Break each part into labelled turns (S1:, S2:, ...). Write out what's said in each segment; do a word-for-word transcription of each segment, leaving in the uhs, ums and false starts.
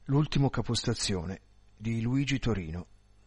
S1: L'ultimo capostazione di Luigi Torino.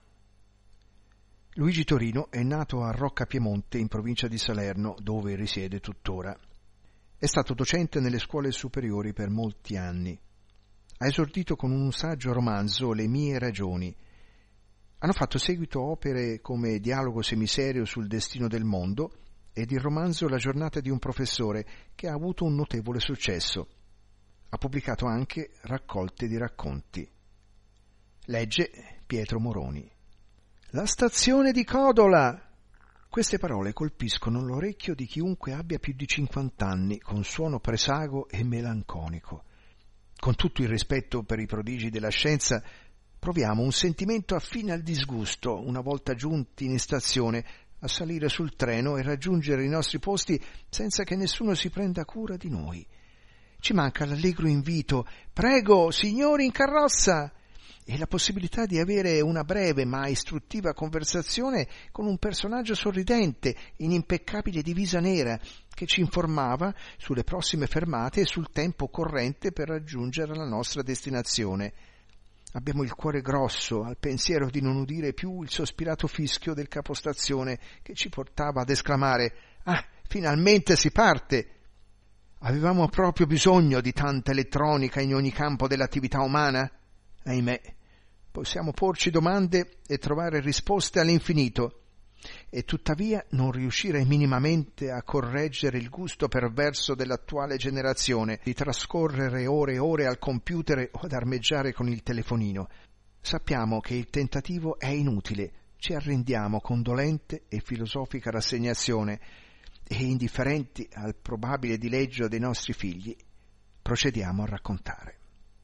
S1: Luigi Torino è nato a Rocca Piemonte, in provincia di Salerno, dove risiede tuttora. È stato docente nelle scuole superiori per molti anni. Ha esordito con un saggio romanzo, Le mie ragioni. Hanno fatto seguito opere come Dialogo semiserio sul destino del mondo ed il romanzo La giornata di un professore, che ha avuto un notevole successo. Ha pubblicato anche raccolte di racconti. Legge Pietro Moroni. La stazione di Codola! Queste parole colpiscono l'orecchio di chiunque abbia più di cinquant'anni, con suono presago e melanconico. Con tutto il rispetto per i prodigi della scienza, proviamo un sentimento affine al disgusto, una volta giunti in stazione, a salire sul treno e raggiungere i nostri posti senza che nessuno si prenda cura di noi. Ci manca l'allegro invito «Prego, signori in carrozza!» e la possibilità di avere una breve ma istruttiva conversazione con un personaggio sorridente in impeccabile divisa nera che ci informava sulle prossime fermate e sul tempo corrente per raggiungere la nostra destinazione. Abbiamo il cuore grosso al pensiero di non udire più il sospirato fischio del capostazione che ci portava ad esclamare «Ah, finalmente si parte!» Avevamo proprio bisogno di tanta elettronica in ogni campo dell'attività umana? Ahimè, possiamo porci domande e trovare risposte all'infinito, e tuttavia non riuscire minimamente a correggere il gusto perverso dell'attuale generazione di trascorrere ore e ore al computer o ad armeggiare con il telefonino. Sappiamo che il tentativo è inutile, ci arrendiamo con dolente e filosofica rassegnazione, e indifferenti al probabile dileggio dei nostri figli, procediamo a raccontare.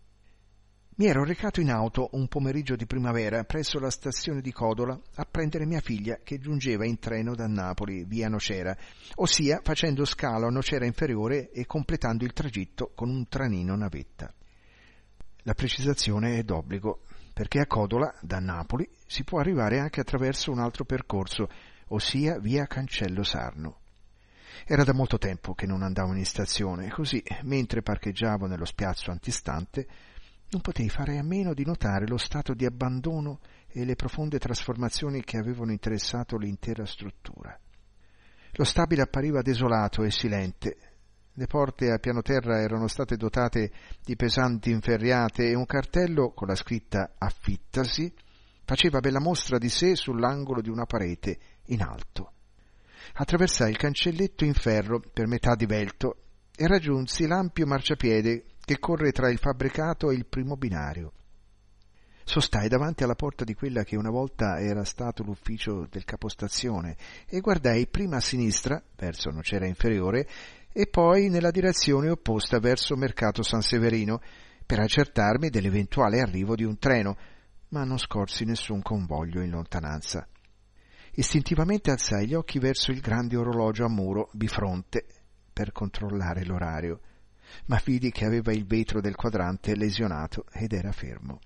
S1: Mi ero recato in auto un pomeriggio di primavera presso la stazione di Codola a prendere mia figlia che giungeva in treno da Napoli via Nocera, ossia facendo scalo a Nocera Inferiore e completando il tragitto con un tranino navetta. La precisazione è d'obbligo, perché a Codola, da Napoli, si può arrivare anche attraverso un altro percorso, ossia via Cancello Sarno. Era da molto tempo che non andavo in stazione, così, mentre parcheggiavo nello spiazzo antistante, non potei fare a meno di notare lo stato di abbandono e le profonde trasformazioni che avevano interessato l'intera struttura. Lo stabile appariva desolato e silente. Le porte a piano terra erano state dotate di pesanti inferriate e un cartello con la scritta «Affittasi» faceva bella mostra di sé sull'angolo di una parete in alto. Attraversai il cancelletto in ferro per metà divelto e raggiunsi l'ampio marciapiede che corre tra il fabbricato e il primo binario. Sostai davanti alla porta di quella che una volta era stato l'ufficio del capostazione e guardai prima a sinistra, verso Nocera Inferiore, e poi nella direzione opposta verso Mercato San Severino, per accertarmi dell'eventuale arrivo di un treno, ma non scorsi nessun convoglio in lontananza. Istintivamente alzai gli occhi verso il grande orologio a muro bifronte per controllare l'orario, ma vidi che aveva il vetro del quadrante lesionato ed era fermo.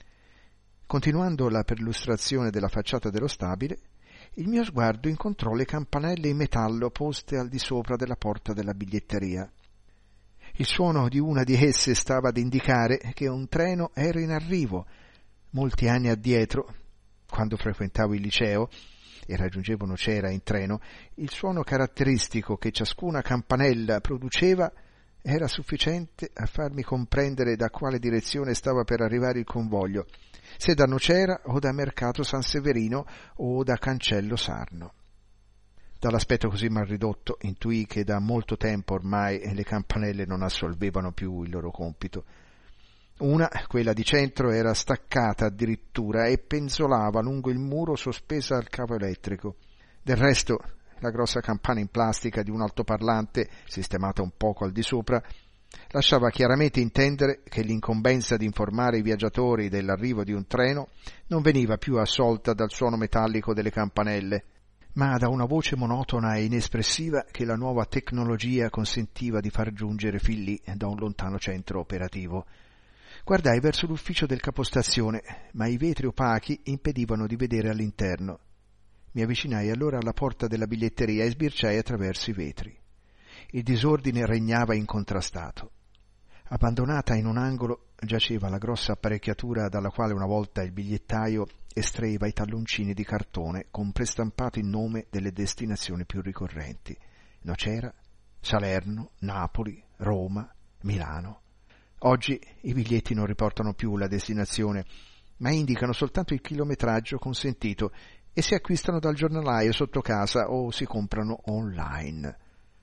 S1: Continuando la perlustrazione della facciata dello stabile, il mio sguardo incontrò le campanelle in metallo poste al di sopra della porta della biglietteria. Il suono di una di esse stava ad indicare che un treno era in arrivo. Molti anni addietro, quando frequentavo il liceo e raggiungevo Nocera in treno, il suono caratteristico che ciascuna campanella produceva era sufficiente a farmi comprendere da quale direzione stava per arrivare il convoglio, se da Nocera o da Mercato San Severino o da Cancello Sarno. Dall'aspetto così mal ridotto intuì che da molto tempo ormai le campanelle non assolvevano più il loro compito. Una, quella di centro, era staccata addirittura e penzolava lungo il muro sospesa al cavo elettrico. Del resto, la grossa campana in plastica di un altoparlante, sistemata un poco al di sopra, lasciava chiaramente intendere che l'incombenza di informare i viaggiatori dell'arrivo di un treno non veniva più assolta dal suono metallico delle campanelle, ma da una voce monotona e inespressiva che la nuova tecnologia consentiva di far giungere fin lì da un lontano centro operativo. Guardai verso l'ufficio del capostazione, ma i vetri opachi impedivano di vedere all'interno. Mi avvicinai allora alla porta della biglietteria e sbirciai attraverso i vetri. Il disordine regnava incontrastato. Abbandonata in un angolo giaceva la grossa apparecchiatura dalla quale una volta il bigliettaio estraeva i talloncini di cartone con prestampato il nome delle destinazioni più ricorrenti: Nocera, Salerno, Napoli, Roma, Milano. Oggi i biglietti non riportano più la destinazione, ma indicano soltanto il chilometraggio consentito e si acquistano dal giornalaio sotto casa o si comprano online.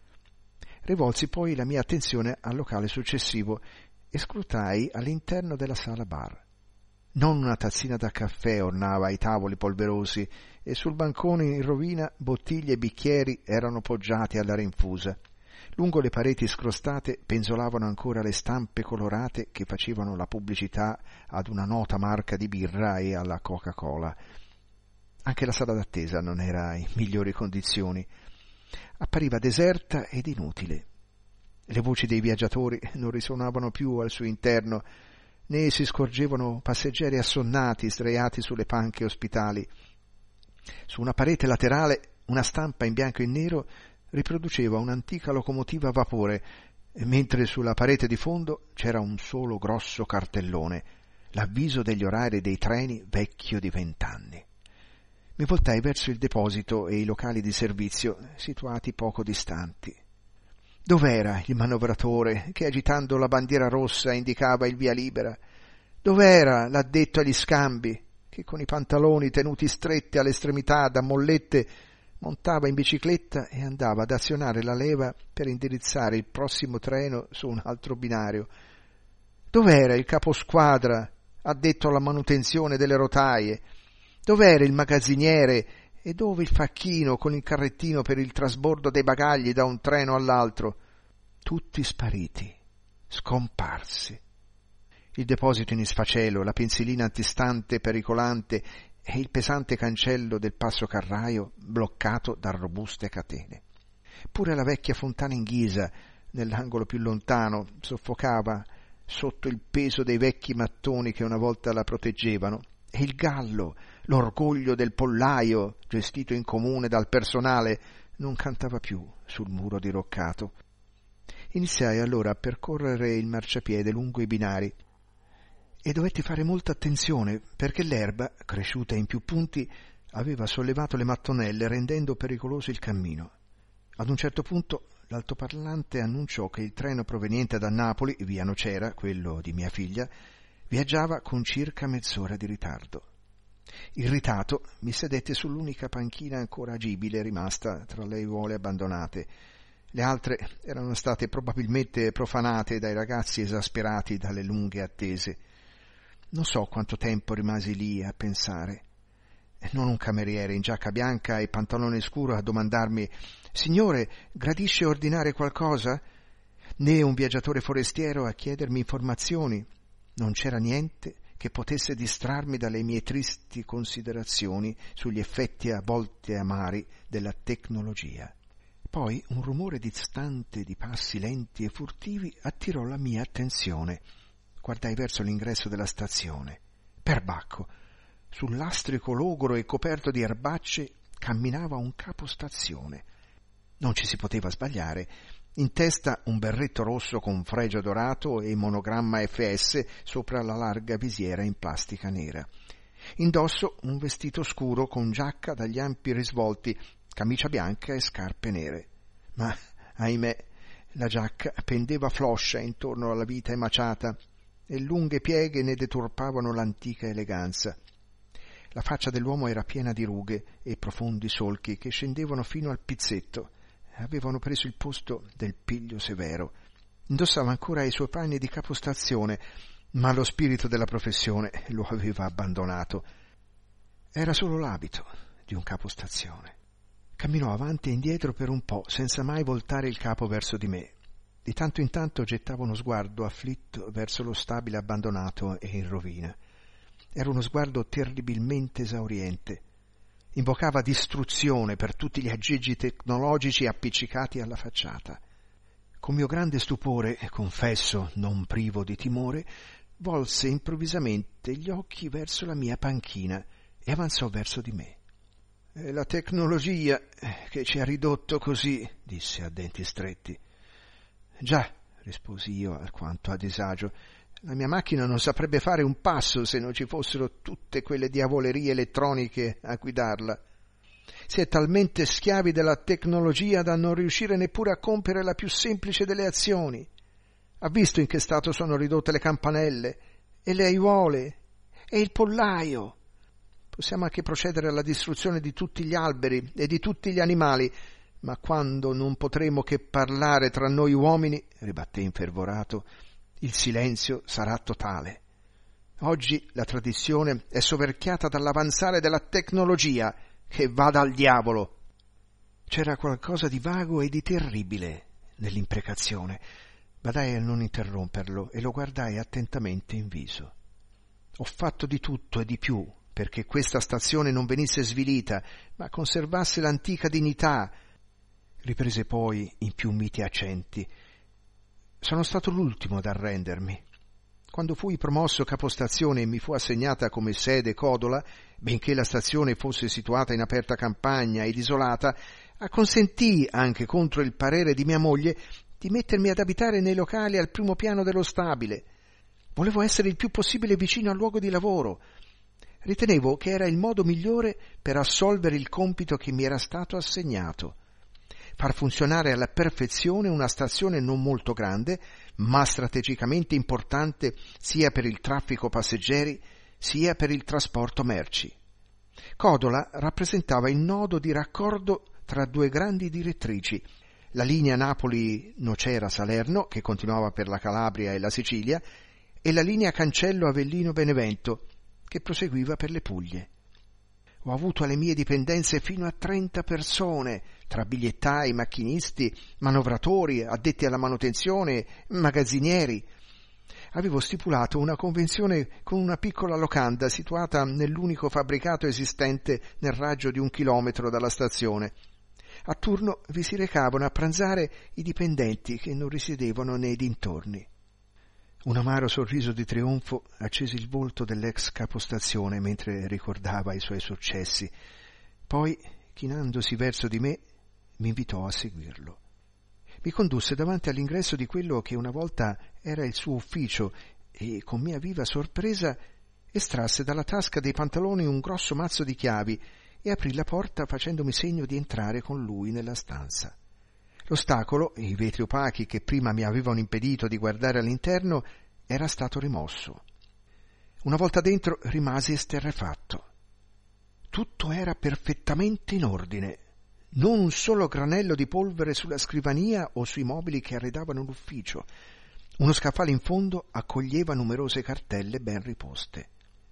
S1: Rivolsi poi la mia attenzione al locale successivo e scrutai all'interno della sala bar. Non una tazzina da caffè ornava i tavoli polverosi e sul bancone in rovina bottiglie e bicchieri erano poggiati alla rinfusa. Lungo le pareti scrostate penzolavano ancora le stampe colorate che facevano la pubblicità ad una nota marca di birra e alla Coca-Cola. Anche la sala d'attesa non era in migliori condizioni. Appariva deserta ed inutile. Le voci dei viaggiatori non risuonavano più al suo interno, né si scorgevano passeggeri assonnati sdraiati sulle panche ospitali. Su una parete laterale una stampa in bianco e nero riproduceva un'antica locomotiva a vapore, mentre sulla parete di fondo c'era un solo grosso cartellone, l'avviso degli orari dei treni vecchio di vent'anni. Mi voltai verso il deposito e i locali di servizio situati poco distanti. Dov'era il manovratore che agitando la bandiera rossa indicava il via libera? Dov'era l'addetto agli scambi che con i pantaloni tenuti stretti all'estremità da mollette montava in bicicletta e andava ad azionare la leva per indirizzare il prossimo treno su un altro binario? Dov'era il caposquadra addetto alla manutenzione delle rotaie? Dov'era il magazziniere e dove il facchino con il carrettino per il trasbordo dei bagagli da un treno all'altro? Tutti spariti, scomparsi. Il deposito in sfacelo, la pensilina antistante pericolante e il pesante cancello del passo carraio bloccato da robuste catene. Pure la vecchia fontana in ghisa, nell'angolo più lontano, soffocava sotto il peso dei vecchi mattoni che una volta la proteggevano, e il gallo, l'orgoglio del pollaio, gestito in comune dal personale, non cantava più sul muro diroccato. Iniziai allora a percorrere il marciapiede lungo i binari e dovetti fare molta attenzione perché l'erba, cresciuta in più punti, aveva sollevato le mattonelle rendendo pericoloso il cammino. Ad un certo punto l'altoparlante annunciò che il treno proveniente da Napoli, via Nocera, quello di mia figlia, viaggiava con circa mezz'ora di ritardo. Irritato, mi sedette sull'unica panchina ancora agibile rimasta tra le aiuole abbandonate. Le altre erano state probabilmente profanate dai ragazzi esasperati dalle lunghe attese. Non so quanto tempo rimasi lì a pensare. Non un cameriere in giacca bianca e pantalone scuro a domandarmi «Signore, gradisce ordinare qualcosa?» Né un viaggiatore forestiero a chiedermi informazioni. Non c'era niente che potesse distrarmi dalle mie tristi considerazioni sugli effetti a volte amari della tecnologia. Poi un rumore distante di passi lenti e furtivi attirò la mia attenzione. Guardai verso l'ingresso della stazione. Perbacco! Sul lastrico logoro e coperto di erbacce camminava un capostazione. Non ci si poteva sbagliare. In testa un berretto rosso con fregio dorato e monogramma F S sopra la larga visiera in plastica nera. Indosso un vestito scuro con giacca dagli ampi risvolti, camicia bianca e scarpe nere. Ma, ahimè, la giacca pendeva floscia intorno alla vita emaciata e lunghe pieghe ne deturpavano l'antica eleganza. La faccia dell'uomo era piena di rughe e profondi solchi che scendevano fino al pizzetto. Avevano preso il posto del piglio severo. Indossava ancora i suoi panni di capostazione, ma lo spirito della professione lo aveva abbandonato. Era solo l'abito di un capostazione. Camminò avanti e indietro per un po', senza mai voltare il capo verso di me. Di tanto in tanto gettava uno sguardo afflitto verso lo stabile abbandonato e in rovina. Era uno sguardo terribilmente esauriente. Invocava distruzione per tutti gli aggeggi tecnologici appiccicati alla facciata. Con mio grande stupore, confesso non privo di timore, volse improvvisamente gli occhi verso la mia panchina e avanzò verso di me. «È la tecnologia che ci ha ridotto così», disse a denti stretti. «Già», risposi io alquanto a disagio. La mia macchina non saprebbe fare un passo se non ci fossero tutte quelle diavolerie elettroniche a guidarla. Si è talmente schiavi della tecnologia da non riuscire neppure a compiere la più semplice delle azioni. Ha visto in che stato sono ridotte le campanelle e le aiuole e il pollaio. Possiamo anche procedere alla distruzione di tutti gli alberi e di tutti gli animali, ma quando non potremo che parlare tra noi uomini, ribatté infervorato, il silenzio sarà totale. Oggi la tradizione è soverchiata dall'avanzare della tecnologia, che vada al diavolo. C'era qualcosa di vago e di terribile nell'imprecazione. Badai a non interromperlo e lo guardai attentamente in viso. Ho fatto di tutto e di più perché questa stazione non venisse svilita, ma conservasse l'antica dignità. Riprese poi in più miti accenti. Sono stato l'ultimo ad arrendermi. Quando fui promosso capostazione e mi fu assegnata come sede Codola, benché la stazione fosse situata in aperta campagna ed isolata, acconsentì, anche contro il parere di mia moglie, di mettermi ad abitare nei locali al primo piano dello stabile. Volevo essere il più possibile vicino al luogo di lavoro. Ritenevo che era il modo migliore per assolvere il compito che mi era stato assegnato. Far funzionare alla perfezione una stazione non molto grande, ma strategicamente importante sia per il traffico passeggeri sia per il trasporto merci. Codola rappresentava il nodo di raccordo tra due grandi direttrici, la linea Napoli-Nocera-Salerno, che continuava per la Calabria e la Sicilia, e la linea Cancello-Avellino-Benevento, che proseguiva per le Puglie. Ho avuto alle mie dipendenze fino a trenta persone, tra bigliettai, macchinisti, manovratori, addetti alla manutenzione, magazzinieri. Avevo stipulato una convenzione con una piccola locanda situata nell'unico fabbricato esistente nel raggio di un chilometro dalla stazione. A turno vi si recavano a pranzare i dipendenti che non risiedevano nei dintorni. Un amaro sorriso di trionfo accese il volto dell'ex capostazione mentre ricordava i suoi successi. Poi, chinandosi verso di me, mi invitò a seguirlo. Mi condusse davanti all'ingresso di quello che una volta era il suo ufficio e, con mia viva sorpresa, estrasse dalla tasca dei pantaloni un grosso mazzo di chiavi e aprì la porta facendomi segno di entrare con lui nella stanza. L'ostacolo, i vetri opachi che prima mi avevano impedito di guardare all'interno, era stato rimosso. Una volta dentro rimasi esterrefatto. Tutto era perfettamente in ordine. Non un solo granello di polvere sulla scrivania o sui mobili che arredavano l'ufficio. Uno scaffale in fondo accoglieva numerose cartelle ben riposte.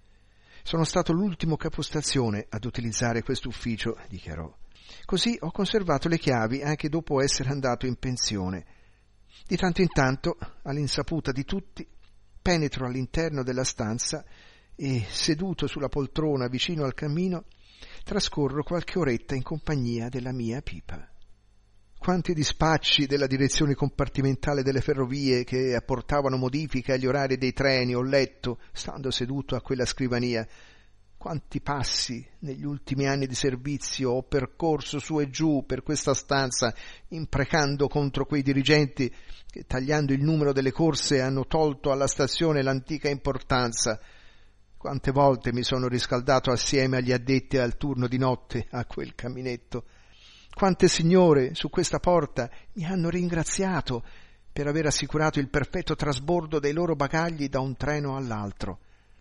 S1: Sono stato l'ultimo capostazione ad utilizzare quest'ufficio, dichiarò. Così ho conservato le chiavi anche dopo essere andato in pensione. Di tanto in tanto, all'insaputa di tutti, penetro all'interno della stanza e, seduto sulla poltrona vicino al camino, trascorro qualche oretta in compagnia della mia pipa. Quanti dispacci della direzione compartimentale delle ferrovie che apportavano modifiche agli orari dei treni ho letto, stando seduto a quella scrivania. Quanti passi negli ultimi anni di servizio ho percorso su e giù per questa stanza, imprecando contro quei dirigenti che, tagliando il numero delle corse, hanno tolto alla stazione l'antica importanza. Quante volte mi sono riscaldato assieme agli addetti al turno di notte a quel caminetto. Quante signore su questa porta mi hanno ringraziato per aver assicurato il perfetto trasbordo dei loro bagagli da un treno all'altro.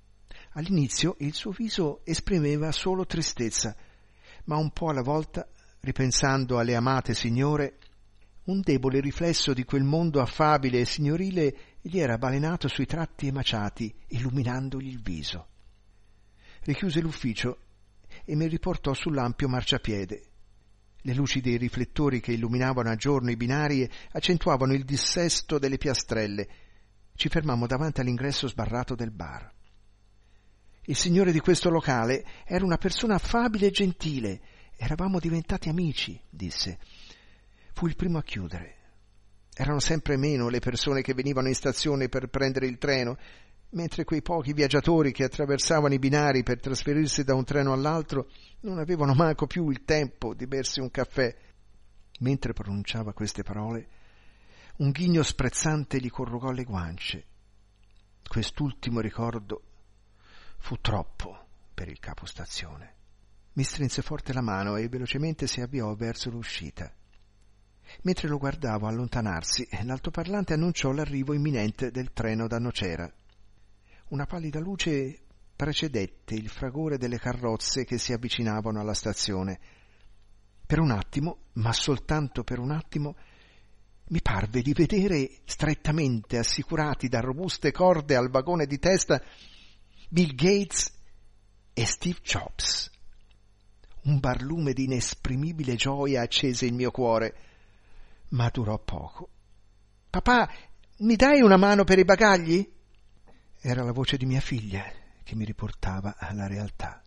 S1: All'inizio il suo viso esprimeva solo tristezza, ma un po' alla volta, ripensando alle amate signore, un debole riflesso di quel mondo affabile e signorile gli era balenato sui tratti emaciati, illuminandogli il viso. Richiuse l'ufficio e mi riportò sull'ampio marciapiede. Le luci dei riflettori che illuminavano a giorno i binari accentuavano il dissesto delle piastrelle. Ci fermammo davanti all'ingresso sbarrato del bar. Il signore di questo locale era una persona affabile e gentile. Eravamo diventati amici, disse. Fu il primo a chiudere. Erano sempre meno le persone che venivano in stazione per prendere il treno, mentre quei pochi viaggiatori che attraversavano i binari per trasferirsi da un treno all'altro non avevano manco più il tempo di bersi un caffè. Mentre pronunciava queste parole, Un ghigno sprezzante gli corrugò le guance. Quest'ultimo ricordo fu troppo per il capostazione. Mi strinse forte la mano e velocemente si avviò verso l'uscita. Mentre lo guardavo allontanarsi, l'altoparlante annunciò l'arrivo imminente del treno da Nocera. Una pallida luce precedette il fragore delle carrozze che si avvicinavano alla stazione. Per un attimo, ma soltanto per un attimo, mi parve di vedere strettamente assicurati da robuste corde al vagone di testa Bill Gates e Steve Jobs. Un barlume di inesprimibile gioia accese il mio cuore, ma durò poco. «Papà, mi dai una mano per i bagagli?» Era la voce di mia figlia che mi riportava alla realtà.